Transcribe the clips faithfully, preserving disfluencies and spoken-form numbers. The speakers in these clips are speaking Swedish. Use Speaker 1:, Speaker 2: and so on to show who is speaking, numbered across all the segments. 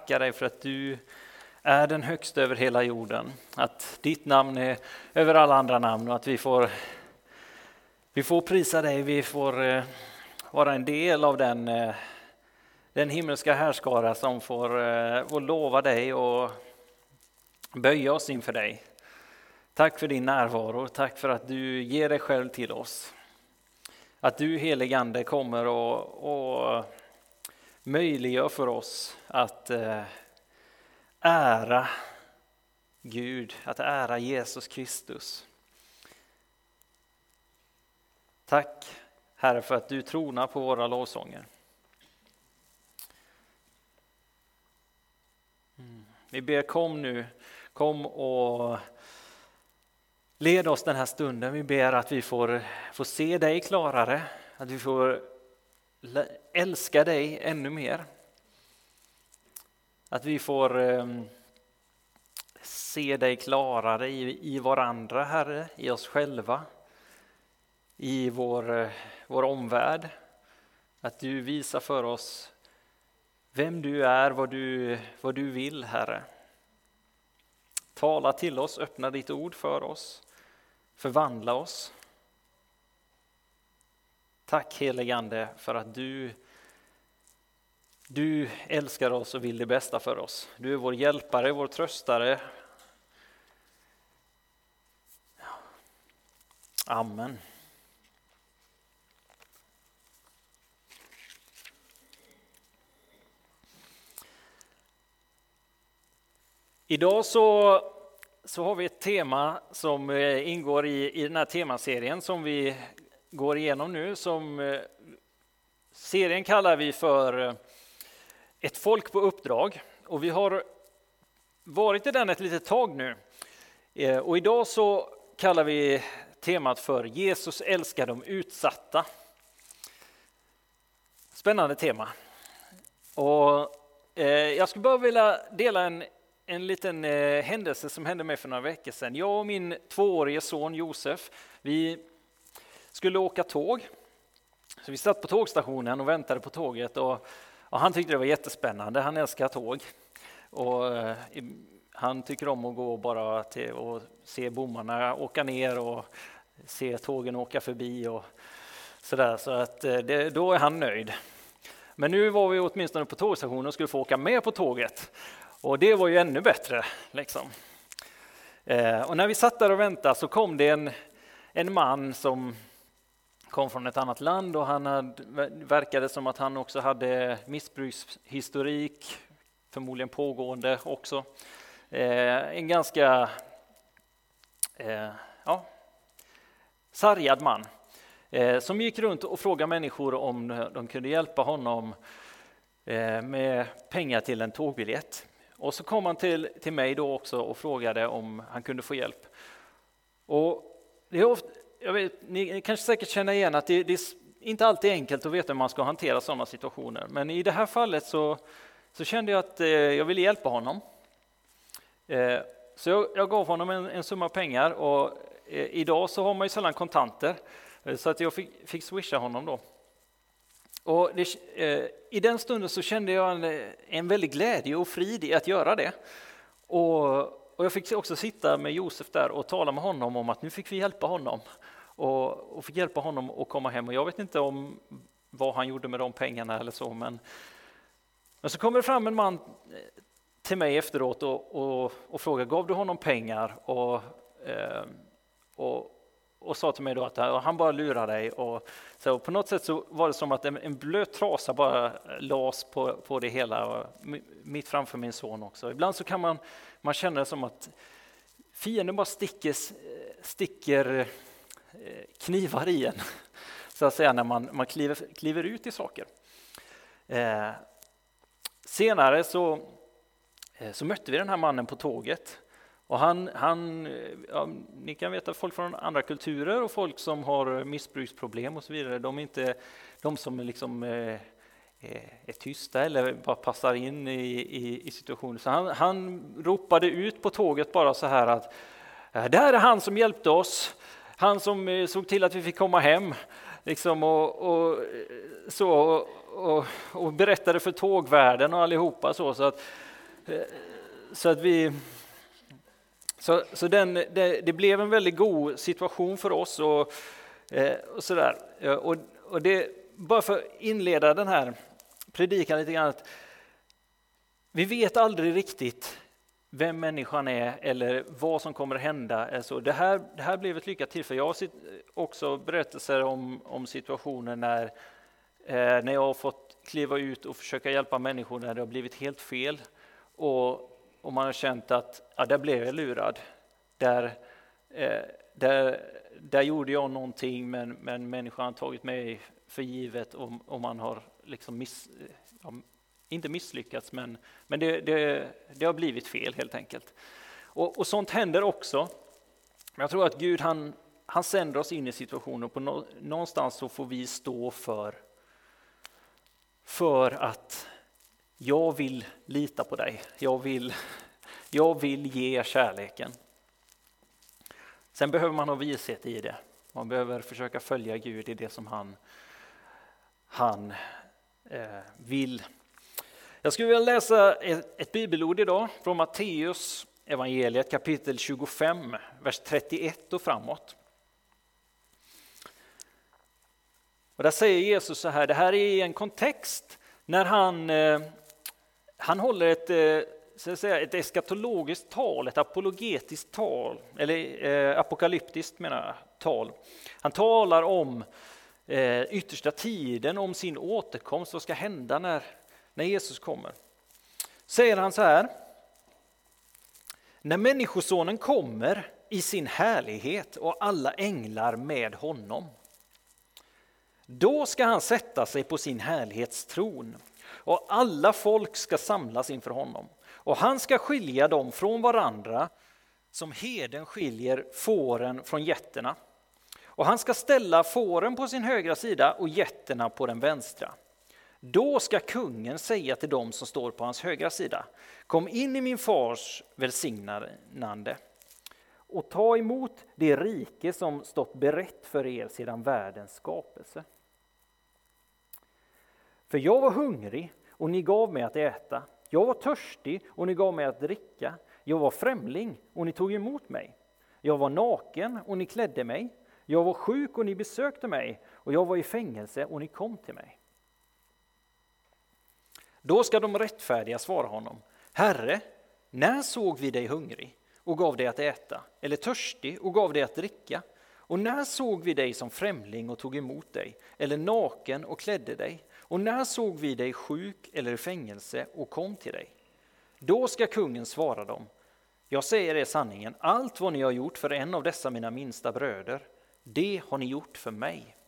Speaker 1: tackar dig för att du är den högsta över hela jorden. Att ditt namn är över alla andra namn och att vi får, vi får prisa dig, vi får eh, vara en del av den, eh, den himmelska härskara som får, eh, får lova dig och böja oss inför dig. Tack för din närvaro, tack för att du ger dig själv till oss. Att du, helige Ande, kommer och, och möjliggör för oss att eh, ära Gud, att ära Jesus Kristus. Tack Herre för att du tronar på våra lovsånger. Mm. Vi ber, kom nu, kom och led oss den här stunden. Vi ber att vi får, får se dig klarare, att vi får älska dig ännu mer. Att vi får um, se dig klarare i, i varandra, Herre, i oss själva, i vår, vår omvärld. Att du visar för oss vem du är, vad du, vad du vill, Herre. Tala till oss, öppna ditt ord för oss, förvandla oss. Tack helige Ande för att du, du älskar oss och vill det bästa för oss. Du är vår hjälpare, vår tröstare. Amen. Idag så, så har vi ett tema som ingår i, i den här temaserien som vi går igenom nu. Som serien kallar vi för Ett folk på uppdrag. Och vi har varit i den ett litet tag nu. Och idag så kallar vi temat för Jesus älskar de utsatta. Spännande tema. Och eh, jag skulle bara vilja dela en En liten eh, händelse som hände mig för några veckor sedan. Jag och min tvåårige son Josef, vi skulle åka tåg. Så vi satt på tågstationen och väntade på tåget. Och, och han tyckte det var jättespännande. Han älskar tåg. Och, eh, han tycker om att gå bara till och se bommarna åka ner och se tågen åka förbi. Och sådär. Så att, eh, det, då är han nöjd. Men nu var vi åtminstone på tågstationen och skulle få åka med på tåget. Och det var ju ännu bättre. Liksom. Eh, och när vi satt där och väntade så kom det en, en man som kom från ett annat land. Och han hade, verkade som att han också hade missbrukshistorik. Förmodligen pågående också. Eh, en ganska eh, ja, sargad man. Eh, som gick runt och frågade människor om de kunde hjälpa honom eh, med pengar till en tågbiljett. Och så kom han till, till mig då också och frågade om han kunde få hjälp. Och det är ofta, jag vet, ni kanske säkert känner igen att det, det är inte alltid enkelt att veta hur man ska hantera sådana situationer. Men i det här fallet så, så kände jag att eh, jag ville hjälpa honom. Eh, så jag, jag gav honom en, en summa pengar och eh, idag så har man ju sällan kontanter. Eh, så att jag fick, fick swisha honom då. Och det, eh, i den stunden så kände jag en, en väldig glädje och frid i att göra det. Och, och jag fick också sitta med Josef där och tala med honom om att nu fick vi hjälpa honom. Och, och fick hjälpa honom att komma hem. Och jag vet inte om vad han gjorde med de pengarna eller så. Men, men så kommer det fram en man till mig efteråt och, och, och frågar, gav du honom pengar? Och, eh, och Och sa till mig då att han bara lurar dig. Och så på något sätt så var det som att en, en blöt trasa bara lades på, på det hela. Mitt framför min son också. Ibland så kan man, man känna det som att fienden bara sticker, sticker knivar i en. Så att säga när man, man kliver, kliver ut i saker. Eh, senare så, så mötte vi den här mannen på tåget. Och han, han ja, ni kan veta folk från andra kulturer och folk som har missbruksproblem och så vidare. De är inte de som liksom är, är tysta eller bara passar in i, i, i situationen. Så han, han ropade ut på tåget bara så här att det här är han som hjälpte oss. Han som såg till att vi fick komma hem. Liksom och, och, så, och, och berättade för tågvärden och allihopa. Så, så att Så att vi... Så, så den, det, det blev en väldigt god situation för oss och, och sådär. Och, och det, bara för att inleda den här predikan lite grann, att vi vet aldrig riktigt vem människan är eller vad som kommer att hända. Alltså det, här, det här blev ett lyckat tillfälle. Jag har också berättelser om, om situationer när, eh, när jag har fått kliva ut och försöka hjälpa människor när det har blivit helt fel. Och Och man har känt att ja, där blev jag lurad. Där, eh, där, där gjorde jag någonting men, men människan har tagit mig för givet och, och man har liksom miss, ja, inte misslyckats men, men det, det, det har blivit fel helt enkelt. Och, och sånt händer också. Jag tror att Gud han, han sänder oss in i situationer på no, någonstans så får vi stå för, för att jag vill lita på dig. Jag vill, jag vill ge kärleken. Sen behöver man ha vishet i det. Man behöver försöka följa Gud i det som han, han eh, vill. Jag skulle vilja läsa ett, ett bibelord idag från Matteus evangeliet kapitel tjugofem, vers trettioett och framåt. Och där säger Jesus så här, det här är en kontext när han, eh, han håller ett, eh, så att säga, ett eskatologiskt tal, ett apologetiskt tal, eller eh, apokalyptiskt menar jag, tal. Han talar om eh, yttersta tiden, om sin återkomst, vad ska hända när, när Jesus kommer. Säger han så här, när människosonen kommer i sin härlighet och alla änglar med honom, då ska han sätta sig på sin härlighetstron och alla folk ska samlas inför honom. Och han ska skilja dem från varandra som herden skiljer fåren från getterna. Och han ska ställa fåren på sin högra sida och getterna på den vänstra. Då ska kungen säga till dem som står på hans högra sida, kom in i min fars välsignande och ta emot det rike som stått berett för er sedan världens skapelse. För jag var hungrig och ni gav mig att äta. Jag var törstig och ni gav mig att dricka. Jag var främling och ni tog emot mig. Jag var naken och ni klädde mig. Jag var sjuk och ni besökte mig. Och jag var i fängelse och ni kom till mig. Då ska de rättfärdiga svara honom, Herre, när såg vi dig hungrig och gav dig att äta, eller törstig och gav dig att dricka? Och när såg vi dig som främling och tog emot dig, eller naken och klädde dig? Och när såg vi dig sjuk eller i fängelse och kom till dig? Då ska kungen svara dem, jag säger er sanningen, allt vad ni har gjort för en av dessa mina minsta bröder, det har ni gjort för mig.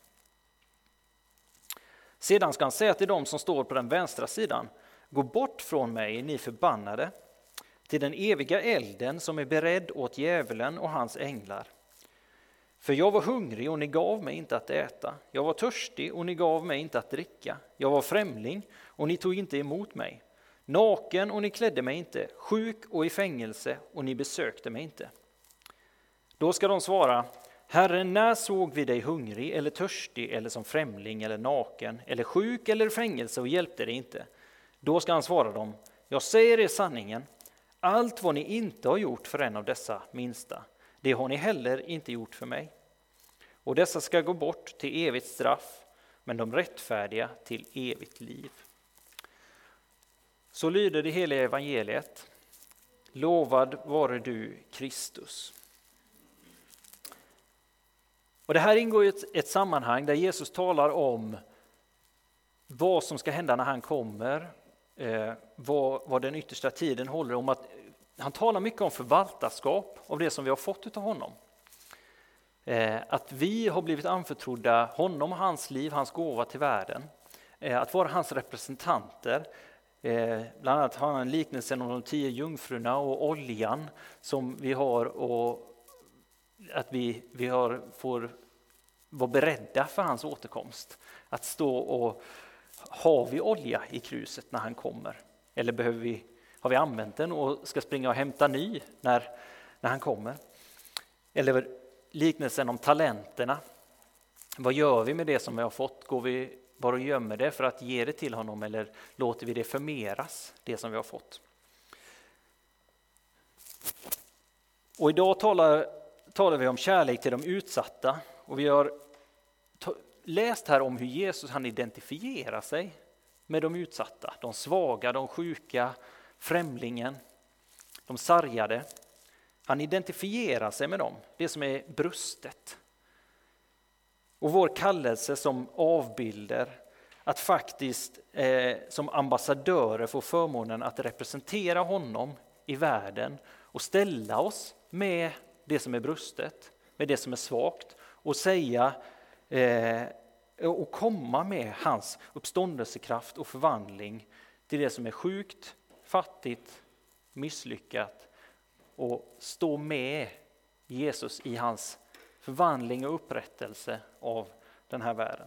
Speaker 1: Sedan ska han säga till dem som står på den vänstra sidan, gå bort från mig, ni förbannade, till den eviga elden som är beredd åt djävulen och hans änglar. För jag var hungrig och ni gav mig inte att äta. Jag var törstig och ni gav mig inte att dricka. Jag var främling och ni tog inte emot mig. Naken och ni klädde mig inte. Sjuk och i fängelse och ni besökte mig inte. Då ska de svara, Herre, när såg vi dig hungrig eller törstig eller som främling eller naken eller sjuk eller i fängelse och hjälpte dig inte? Då ska han svara dem, jag säger er sanningen, allt vad ni inte har gjort för en av dessa minsta, det har ni heller inte gjort för mig. Och dessa ska gå bort till evigt straff, men de rättfärdiga till evigt liv. Så lyder det heliga evangeliet. Lovad vare du, Kristus. Och det här ingår i ett, ett sammanhang där Jesus talar om vad som ska hända när han kommer, eh, vad, vad den yttersta tiden håller om. Att, han talar mycket om förvaltarskap av det som vi har fått av honom. Eh, att vi har blivit anförtrodda honom och hans liv, hans gåva till världen. Eh, att vara hans representanter. Eh, bland annat har han en liknelse om de tio jungfrurna och oljan som vi har, och att vi, vi har, får vara beredda för hans återkomst. Att stå och har vi olja i kruset när han kommer? Eller behöver vi, har vi använt den och ska springa och hämta ny när, när han kommer? Eller liknelsen om talenterna. Vad gör vi med det som vi har fått? Går vi bara och gömmer det för att ge det till honom eller låter vi det förmeras, det som vi har fått? Och idag talar, talar vi om kärlek till de utsatta. Och vi har ta, läst här om hur Jesus han identifierar sig med de utsatta. De svaga, de sjuka, främlingen, de sargade. Han identifierar sig med dem, det som är brustet. Och vår kallelse som avbilder, att faktiskt eh, som ambassadörer få förmånen att representera honom i världen och ställa oss med det som är brustet, med det som är svagt och säga eh, och komma med hans uppståndelsekraft och förvandling till det som är sjukt, fattigt, misslyckat och stå med Jesus i hans förvandling och upprättelse av den här världen.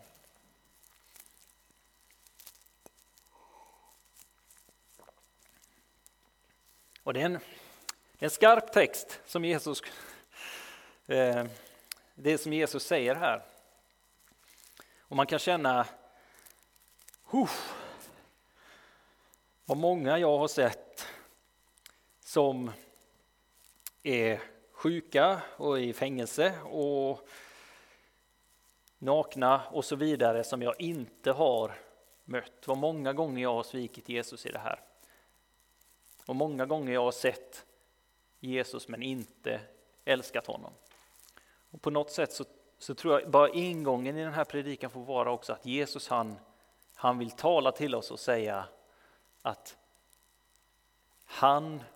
Speaker 1: Och det är en, det är en skarp text som Jesus, eh, det som Jesus säger här. Och man kan känna, Huff, vad många jag har sett som är sjuka och i fängelse och nakna och så vidare som jag inte har mött. Vad många gånger jag har svikit Jesus i det här. Och många gånger jag har sett Jesus men inte älskat honom. Och på något sätt så, så tror jag bara ingången i den här predikan får vara också att Jesus han, han vill tala till oss och säga att han,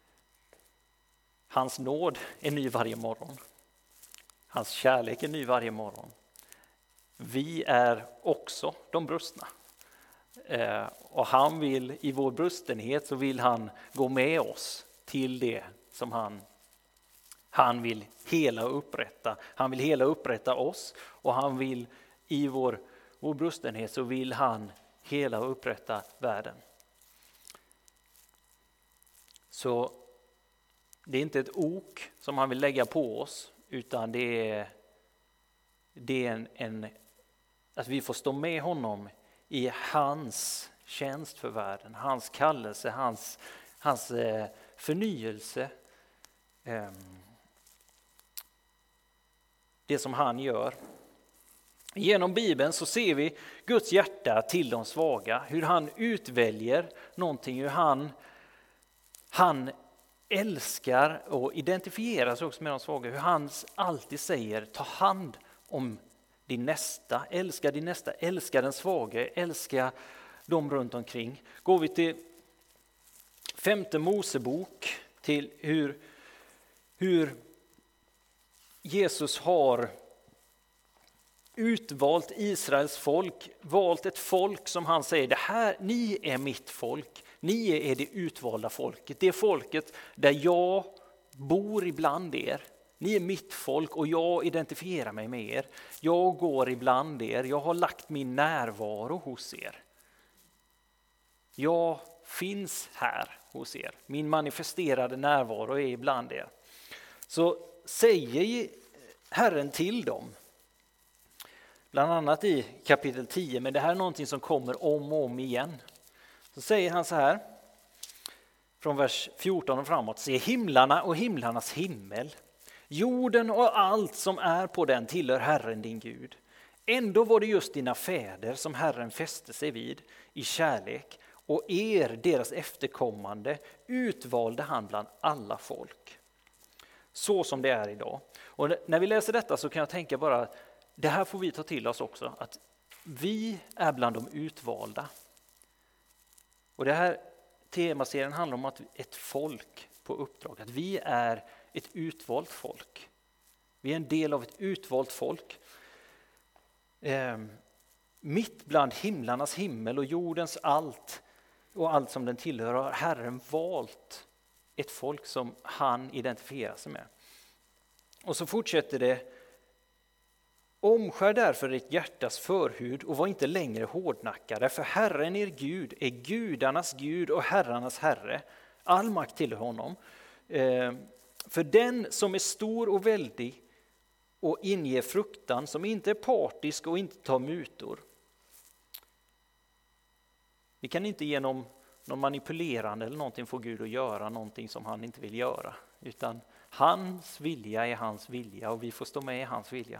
Speaker 1: hans nåd är ny varje morgon. Hans kärlek är ny varje morgon. Vi är också de brustna. Eh, och han vill i vår brustenhet så vill han gå med oss till det som han, han vill hela och upprätta. Han vill hela och upprätta oss och han vill i vår, vår brustenhet så vill han hela och upprätta världen. Så det är inte ett ok som han vill lägga på oss utan det är, det är en, en, att vi får stå med honom i hans tjänst för världen, hans kallelse, hans, hans eh, förnyelse. Eh, det som han gör. Genom Bibeln så ser vi Guds hjärta till de svaga, hur han utväljer någonting, hur han, han älskar och identifierar sig också med de svaga, hur han alltid säger ta hand om din nästa, älska din nästa, älska den svage, älska dem runt omkring. Går vi till femte Mosebok, till hur, hur Jesus har utvalt Israels folk, valt ett folk som han säger, det här, ni är mitt folk, ni är det utvalda folket, det folket där jag bor ibland er. Ni är mitt folk och jag identifierar mig med er. Jag går ibland er. Jag har lagt min närvaro hos er. Jag finns här hos er. Min manifesterade närvaro är ibland er. Så säger Herren till dem. Bland annat i kapitel tio. Men det här är någonting som kommer om och om igen. Så säger han så här. Från vers fjorton och framåt. Se himlarna och himlarnas himmel. Jorden och allt som är på den tillhör Herren din Gud. Ändå var det just dina fäder som Herren fäste sig vid i kärlek och er, deras efterkommande, utvalde han bland alla folk. Så som det är idag. Och när vi läser detta så kan jag tänka bara, det här får vi ta till oss också, att vi är bland de utvalda. Och det här temaserien handlar om att ett folk på uppdrag, att vi är ett utvalt folk. Vi är en del av ett utvalt folk. Eh, mitt bland himlarnas himmel och jordens allt och allt som den tillhör har Herren valt ett folk som han identifierar sig med. Och så fortsätter det. Omskär därför ert hjärtas förhud och var inte längre hårdnackade, för Herren er Gud är gudarnas Gud och herrarnas Herre. All makt till honom. Eh, För den som är stor och väldig och inger fruktan, som inte är partisk och inte tar mutor. Vi kan inte genom någon manipulerande eller någonting får Gud att göra någonting som han inte vill göra. Utan hans vilja är hans vilja och vi får stå med i hans vilja.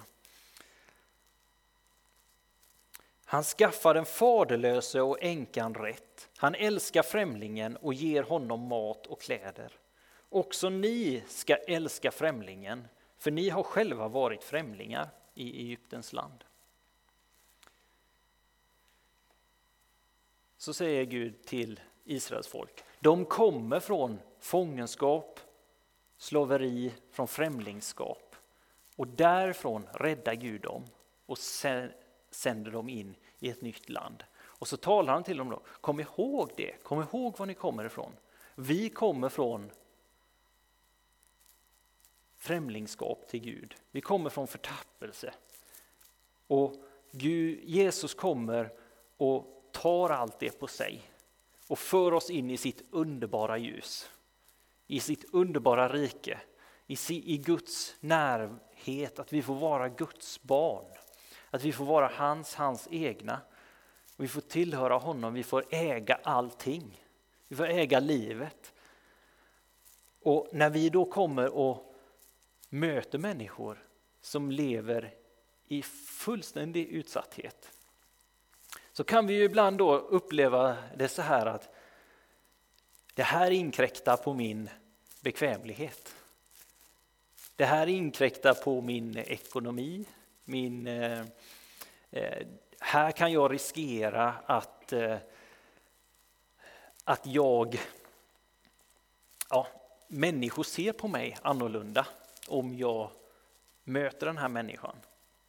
Speaker 1: Han skaffar den faderlöse och änkan rätt. Han älskar främlingen och ger honom mat och kläder. Också ni ska älska främlingen, för ni har själva varit främlingar i Egyptens land. Så säger Gud till Israels folk. De kommer från fångenskap, slaveri, från främlingskap. Och därifrån räddar Gud dem och sänder dem in i ett nytt land. Och så talar han till dem då. Kom ihåg det, kom ihåg var ni kommer ifrån. Vi kommer från främlingskap till Gud. Vi kommer från förtappelse. Och Gud, Jesus kommer och tar allt det på sig och för oss in i sitt underbara ljus, i sitt underbara rike, i, i Guds närhet, att vi får vara Guds barn, att vi får vara hans, hans egna. Vi får tillhöra honom, vi får äga allting, vi får äga livet. Och när vi då kommer och möter människor som lever i fullständig utsatthet, så kan vi ju ibland då uppleva det så här att det här inkräktar på min bekvämlighet. Det här inkräktar på min ekonomi. Min, eh, eh, här kan jag riskera att, eh, att jag, ja, människor ser på mig annorlunda om jag möter den här människan.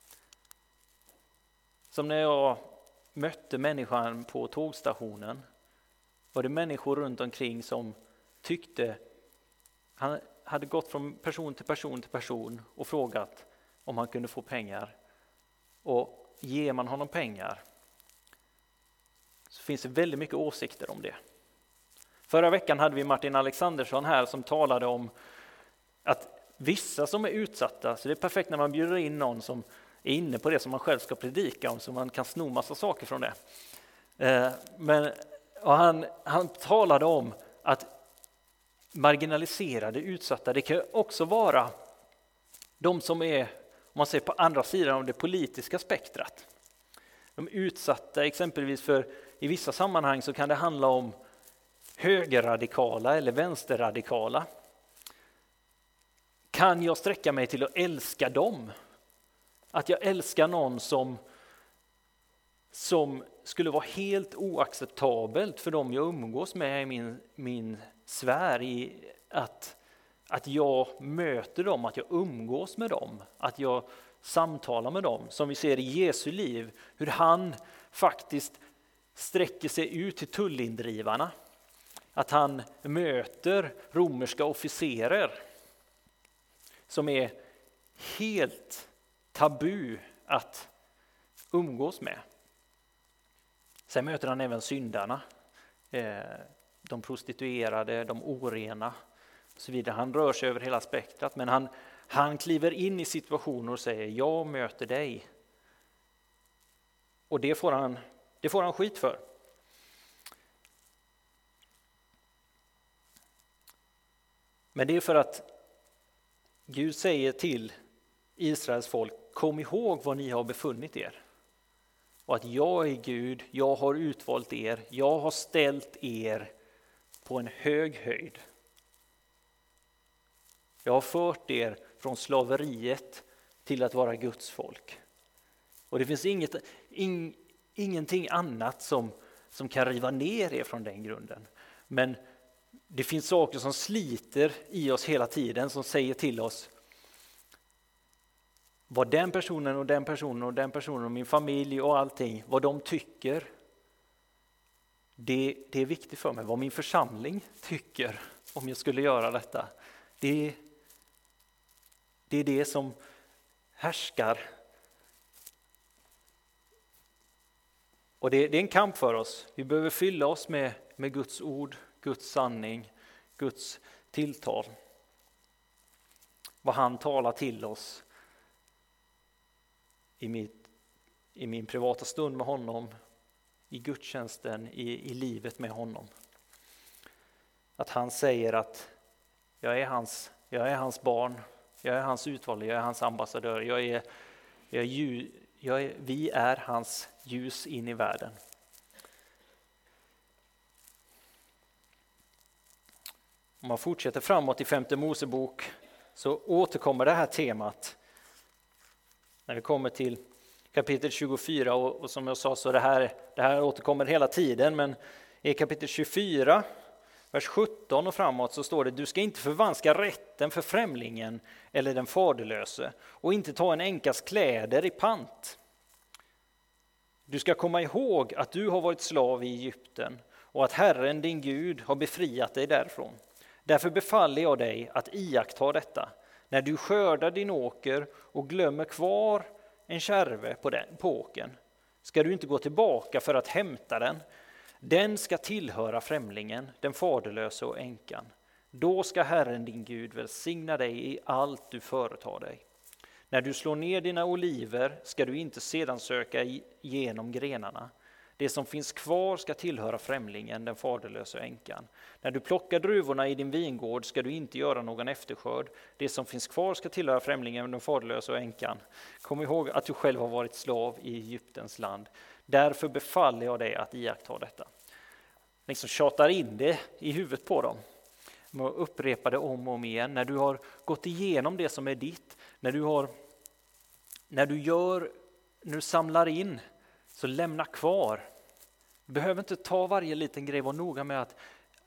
Speaker 1: Som när jag mötte människan på tågstationen, var det människor runt omkring som tyckte, han hade gått från person till person till person och frågat om han kunde få pengar. Och ger man honom pengar så finns det väldigt mycket åsikter om det. Förra veckan hade vi Martin Alexandersson här som talade om att vissa som är utsatta, så det är perfekt när man bjuder in någon som är inne på det som man själv ska predika om, så man kan sno massa saker från det. Men och han, han talade om att marginaliserade, utsatta, det kan också vara de som är, om man ser på andra sidan av det politiska spektrat. De utsatta exempelvis för, i vissa sammanhang så kan det handla om högerradikala eller vänsterradikala. Kan jag sträcka mig till att älska dem? Att jag älskar någon som, som skulle vara helt oacceptabelt för dem jag umgås med i min, min sfär, i att, att jag möter dem, att jag umgås med dem, att jag samtalar med dem. Som vi ser i Jesu liv, hur han faktiskt sträcker sig ut till tullindrivarna. Att han möter romerska officerer som är helt tabu att umgås med. Sen möter han även syndarna, de prostituerade, de orena och så vidare. Han rör sig över hela spektrat, men han, han kliver in i situationer och säger jag möter dig. Och det får han, det får han skit för. Men det är för att Gud säger till Israels folk, kom ihåg var ni har befunnit er. Och att jag är Gud, jag har utvalt er, jag har ställt er på en hög höjd. Jag har fört er från slaveriet till att vara Guds folk. Och det finns inget, in, ingenting annat som, som kan riva ner er från den grunden. Men det finns saker som sliter i oss hela tiden, som säger till oss vad den personen och den personen och den personen och min familj och allting, vad de tycker, det, det är viktigt för mig. Vad min församling tycker om jag skulle göra detta, det, det är det som härskar. Och det, det är en kamp för oss. Vi behöver fylla oss med, med Guds ord, Guds sanning, Guds tilltal. Vad han talar till oss i, mitt, i min privata stund med honom, i gudstjänsten, i, i livet med honom. att han säger att jag är hans, jag är hans barn, jag är hans utvalda, jag är hans ambassadör, jag är, jag är, ljus, jag är, vi är hans ljus in i världen. Om man fortsätter framåt i femte Mosebok så återkommer det här temat. När vi kommer till kapitel tjugofyra, och, och som jag sa så det här, det här återkommer hela tiden, men i kapitel tjugofyra, vers sjutton och framåt så står det: du ska inte förvanska rätten för främlingen eller den faderlöse och inte ta en änkas kläder i pant. Du ska komma ihåg att du har varit slav i Egypten och att Herren din Gud har befriat dig därifrån. Därför befaller jag dig att iaktta detta. När du skördar din åker och glömmer kvar en kärve på, den, på åkern, ska du inte gå tillbaka för att hämta den. Den ska tillhöra främlingen, den faderlöse och änkan. Då ska Herren din Gud välsigna dig i allt du företar dig. När du slår ner dina oliver ska du inte sedan söka igenom grenarna. Det som finns kvar ska tillhöra främlingen, den faderlösa och änkan. När du plockar druvorna i din vingård ska du inte göra någon efterskörd. Det som finns kvar ska tillhöra främlingen, den faderlösa och änkan. Kom ihåg att du själv har varit slav i Egyptens land. Därför befaller jag dig att iaktta detta. Liksom tjatar in det i huvudet på dem. Man upprepar det om och om igen. När du har gått igenom det som är ditt, när du har, när du gör, när du samlar in, så lämna kvar. Du behöver inte ta varje liten grej, var noga med att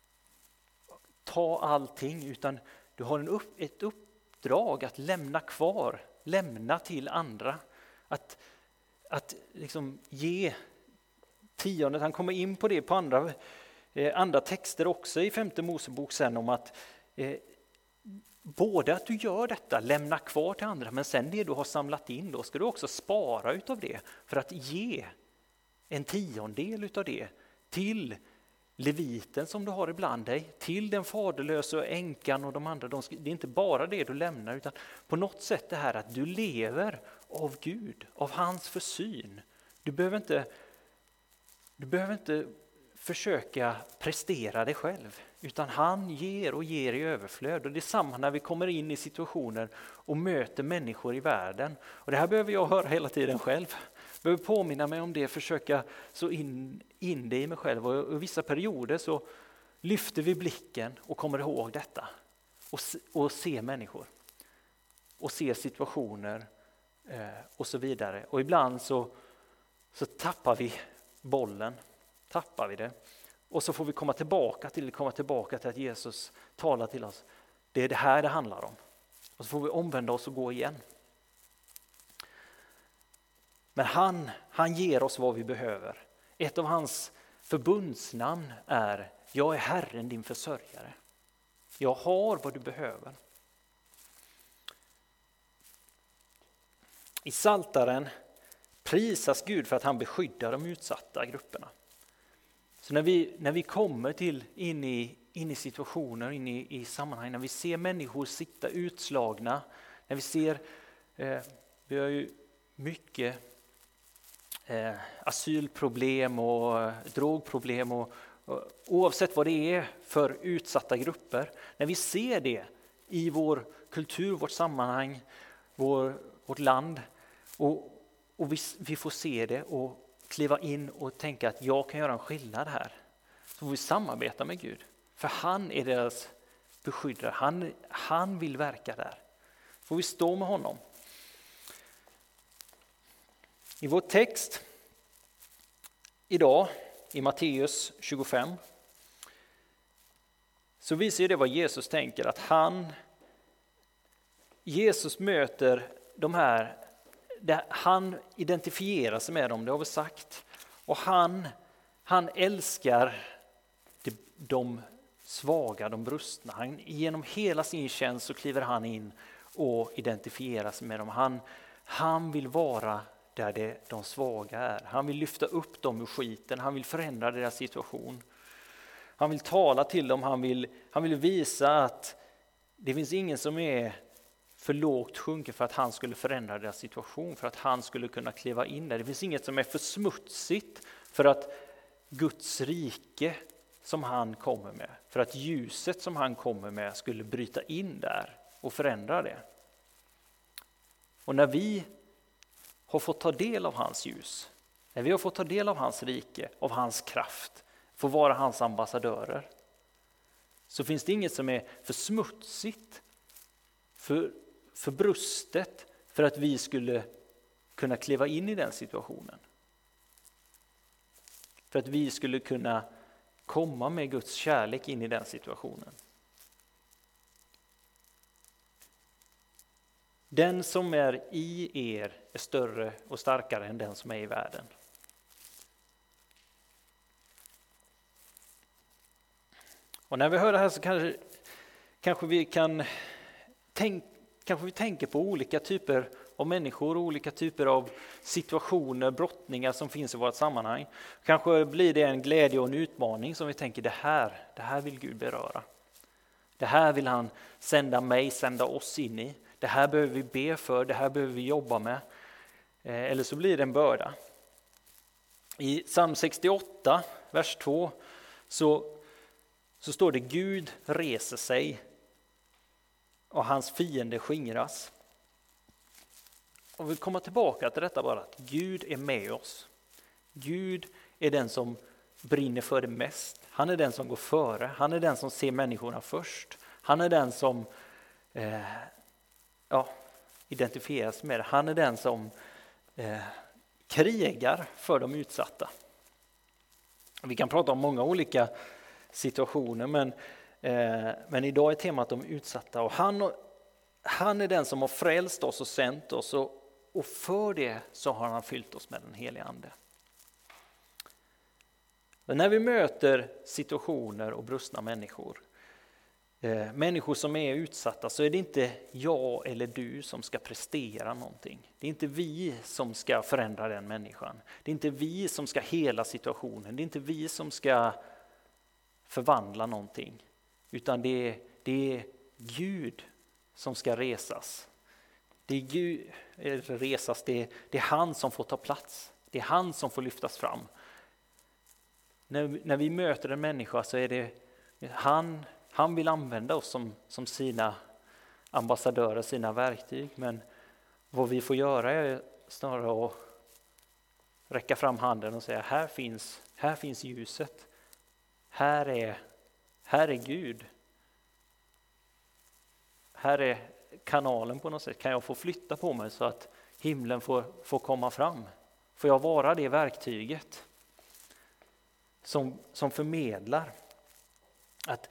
Speaker 1: ta allting, utan du har en upp, ett uppdrag att lämna kvar, lämna till andra. Att, att liksom ge tiondet, han kommer in på det på andra, eh, andra texter också i femte Mosebok sen, om att eh, både att du gör detta, lämna kvar till andra, men sen det du har samlat in, då ska du också spara utav det för att ge en tiondel utav det till leviten som du har ibland dig, till den faderlösa och änkan och de andra. De ska, det är inte bara det du lämnar, utan på något sätt det här att du lever av Gud, av hans försyn. Du behöver inte, du behöver inte försöka prestera dig själv, utan han ger och ger i överflöd. Och det är samma när vi kommer in i situationer och möter människor i världen. Och det här behöver jag höra hela tiden själv. Jag behöver påminna mig om det, försöka så in, in det i mig själv. Och i vissa perioder så lyfter vi blicken och kommer ihåg detta. Och, och ser människor. Och ser situationer eh, och så vidare. Och ibland så, så tappar vi bollen. Tappar vi det. Och så får vi komma tillbaka till, komma tillbaka till att Jesus talar till oss. Det är det här det handlar om. Och så får vi omvända oss och gå igen. Men han, han ger oss vad vi behöver. Ett av hans förbundsnamn är: jag är Herren din försörjare. Jag har vad du behöver. I Psaltaren prisas Gud för att han beskyddar de utsatta grupperna. Så när vi, när vi kommer till in i, in i situationer, in i, i sammanhang, när vi ser människor sitta utslagna, när vi ser, eh, vi har ju mycket eh, asylproblem och eh, drogproblem och, och oavsett vad det är för utsatta grupper, när vi ser det i vår kultur, vårt sammanhang, vår, vårt land, och, och vi, vi får se det och kliva in och tänka att jag kan göra en skillnad här, så får vi samarbeta med Gud. För han är deras beskyddare. Han, han vill verka där. Får vi stå med honom. I vår text idag i Matteus tjugofem så visar det vad Jesus tänker. Att han, Jesus möter de här, han identifierar sig med dem, det har vi sagt. Och han, han älskar de, de svaga, de brustna. Han, genom hela sin tjänst så kliver han in och identifierar sig med dem. Han, han vill vara där det, de svaga är. Han vill lyfta upp dem ur skiten. Han vill förändra deras situation. Han vill tala till dem. Han vill, han vill visa att det finns ingen som är för lågt sjunker för att han skulle förändra deras situation, för att han skulle kunna kliva in där. Det finns inget som är för smutsigt för att Guds rike som han kommer med, för att ljuset som han kommer med skulle bryta in där och förändra det. Och när vi har fått ta del av hans ljus, när vi har fått ta del av hans rike, av hans kraft, får vara hans ambassadörer, så finns det inget som är för smutsigt, för, för brustet, för att vi skulle kunna kliva in i den situationen. För att vi skulle kunna komma med Guds kärlek in i den situationen. Den som är i er är större och starkare än den som är i världen. Och när vi hör det här så kanske, kanske vi kan tänk, kanske vi tänker på olika typer av människor, olika typer av situationer, brottningar som finns i vårt sammanhang. Kanske blir det en glädje och en utmaning som vi tänker, det här, det här vill Gud beröra. Det här vill han sända mig, sända oss in i. Det här behöver vi be för, det här behöver vi jobba med. Eller så blir det en börda. I psalm sextioåtta, vers två, så, så står det: Gud reser sig och hans fiende skingras. Och vi kommer tillbaka till detta bara, att Gud är med oss. Gud är den som brinner för det mest. Han är den som går före. Han är den som ser människorna först. Han är den som eh, ja, identifieras med det. Han är den som eh, krigar för de utsatta. Vi kan prata om många olika situationer, men, eh, men idag är temat de utsatta. Och han, han är den som har frälst oss och sänt oss, och, och för det så har han fyllt oss med den helige ande. Men när vi möter situationer och brustna människor, eh, människor som är utsatta, så är det inte jag eller du som ska prestera någonting. Det är inte vi som ska förändra den människan. Det är inte vi som ska hela situationen. Det är inte vi som ska förvandla någonting. Utan det är, det är Gud som ska resas. Det är Gud, eller resas, det är, det är han som får ta plats. Det är han som får lyftas fram. När, när vi möter en människa så är det han, han vill använda oss som, som sina ambassadörer, sina verktyg. Men vad vi får göra är snarare att räcka fram handen och säga: här finns, här finns ljuset. Här är, här är Gud. Här är kanalen på något sätt. Kan jag få flytta på mig så att himlen får, får komma fram? Får jag vara det verktyget som, som förmedlar att,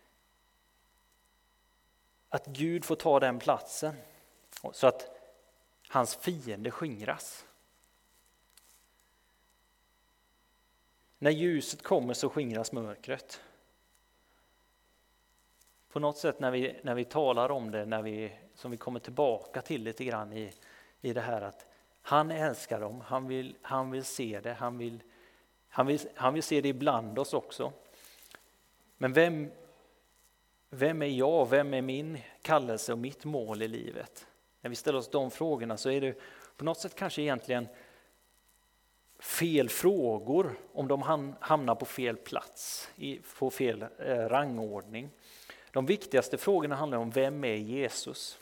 Speaker 1: att Gud får ta den platsen så att hans fiende skingras. När ljuset kommer så skingras mörkret. På något sätt när vi, när vi talar om det, när vi, som vi kommer tillbaka till lite grann i, i det här att han älskar dem, han vill, han vill se det, han vill, han, vill, han vill se det ibland oss också. Men vem, vem är jag, vem är min kallelse och mitt mål i livet? När vi ställer oss de frågorna så är det på något sätt kanske egentligen fel frågor om de hamnar på fel plats, på fel rangordning. De viktigaste frågorna handlar om: vem är Jesus?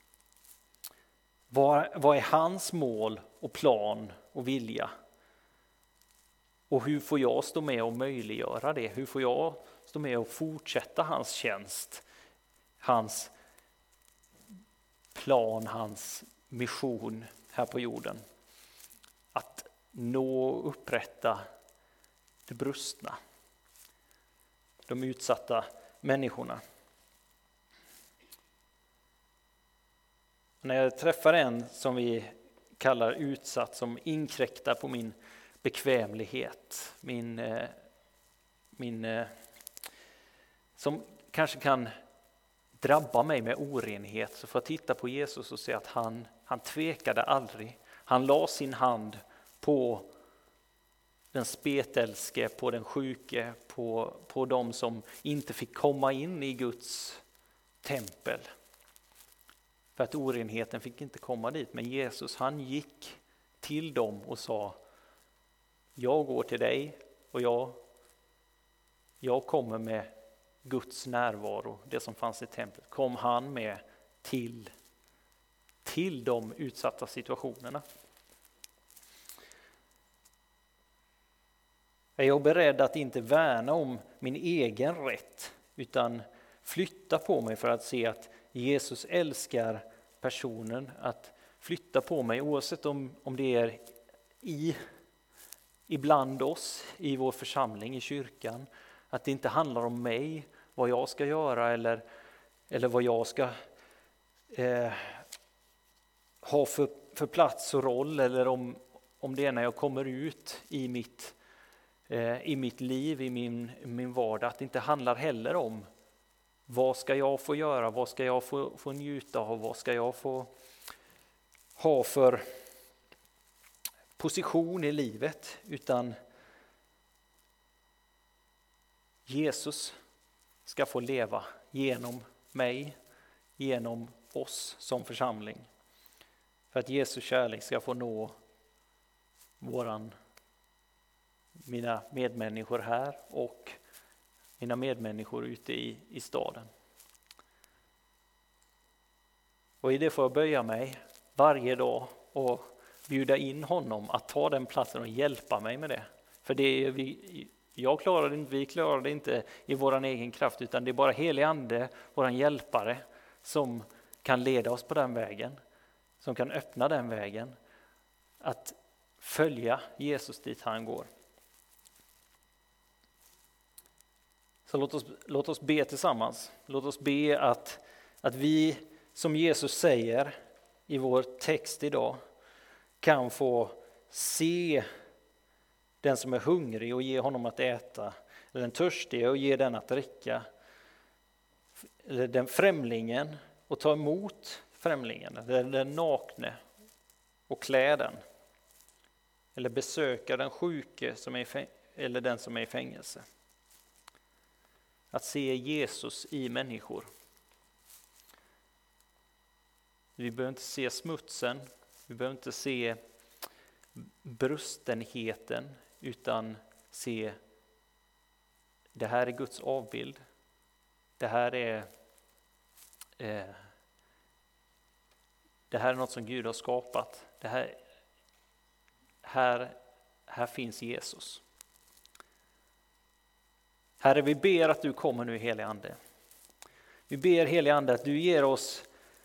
Speaker 1: Vad, vad är hans mål och plan och vilja? Och hur får jag stå med och möjliggöra det? Hur får jag stå med och fortsätta hans tjänst, hans plan, hans mission här på jorden? Att nå och upprätta det brustna, de utsatta människorna. När jag träffar en som vi kallar utsatt, som inkräktar på min bekvämlighet, min, min, som kanske kan drabba mig med orenhet, så får jag titta på Jesus och se att han, han tvekade aldrig. Han la sin hand på den spetälske, på den sjuke, på, på de som inte fick komma in i Guds tempel. För att orenheten fick inte komma dit. Men Jesus, han gick till dem och sa: jag går till dig och jag jag kommer med Guds närvaro, det som fanns i templet, kom han med till, till de utsatta situationerna. Är jag beredd att inte värna om min egen rätt utan flytta på mig för att se att Jesus älskar personen, att flytta på mig oavsett om, om det är i, ibland oss, i vår församling, i kyrkan, att det inte handlar om mig, vad jag ska göra eller, eller vad jag ska eh, ha för, för plats och roll, eller om, om det är när jag kommer ut i mitt, eh, i mitt liv, i min, min vardag, att det inte handlar heller om vad ska jag få göra, vad ska jag få, få njuta av, vad ska jag få ha för position i livet, utan Jesus ska få leva genom mig, genom oss som församling. För att Jesu kärlek ska få nå våran, mina medmänniskor här och mina medmänniskor ute i, i staden. Och i det får jag böja mig varje dag och bjuda in honom att ta den platsen och hjälpa mig med det. För det är vi, jag klarar det inte, vi klarar det inte i vår egen kraft, utan det är bara helig ande, våran hjälpare, som kan leda oss på den vägen, som kan öppna den vägen, att följa Jesus dit han går. Så låt oss, låt oss be tillsammans. Låt oss be att, att vi, som Jesus säger i vår text idag, kan få se den som är hungrig och ge honom att äta, eller den törstige och ge den att dricka, eller den främlingen och ta emot främlingen, eller den nakne och klä den, eller besöka den sjuke som är fäng- eller den som är i fängelse. Att se Jesus i människor. Vi behöver inte se smutsen, vi behöver inte se brustenheten, utan se det här är Guds avbild. Det här är eh, det här är något som Gud har skapat. Det här, här, här finns Jesus. Herre, vi ber att du kommer nu, helig ande. Vi ber, helig ande, att du ger oss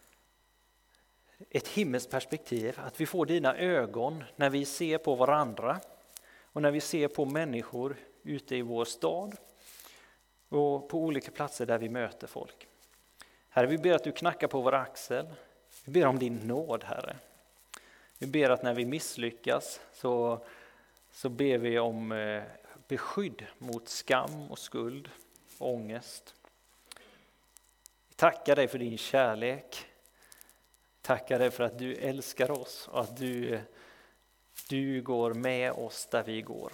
Speaker 1: ett himmelskt perspektiv, att vi får dina ögon när vi ser på varandra och när vi ser på människor ute i vår stad och på olika platser där vi möter folk. Herre, vi ber att du knackar på vår axel. Vi ber om din nåd, Herre. Vi ber att när vi misslyckas så, så ber vi om eh, beskydd mot skam och skuld och ångest. Vi tackar dig för din kärlek. Tackar dig för att du älskar oss och att du, du går med oss där vi går.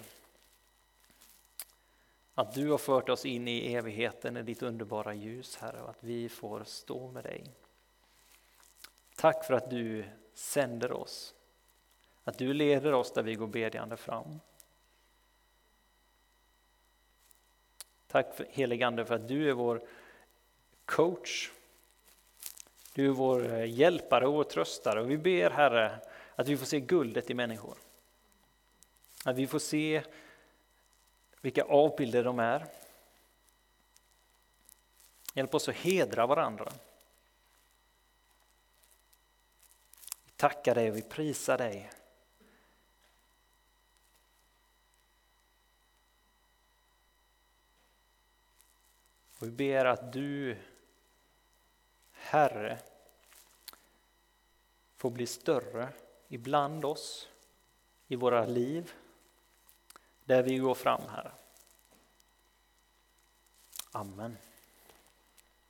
Speaker 1: Att du har fört oss in i evigheten i ditt underbara ljus, Herre, och att vi får stå med dig. Tack för att du sänder oss. Att du leder oss där vi går bedjande fram. Tack för, helige Ande, för att du är vår coach. Du är vår hjälpare och vår tröstare. Och vi ber, Herre, att vi får se guldet i människor. Att vi får se vilka avbilder de är. Hjälp oss att hedra varandra. Vi tackar dig och vi prisar dig. Och vi ber att du, Herre, får bli större ibland oss, i våra liv, där vi går fram, Herre. Amen.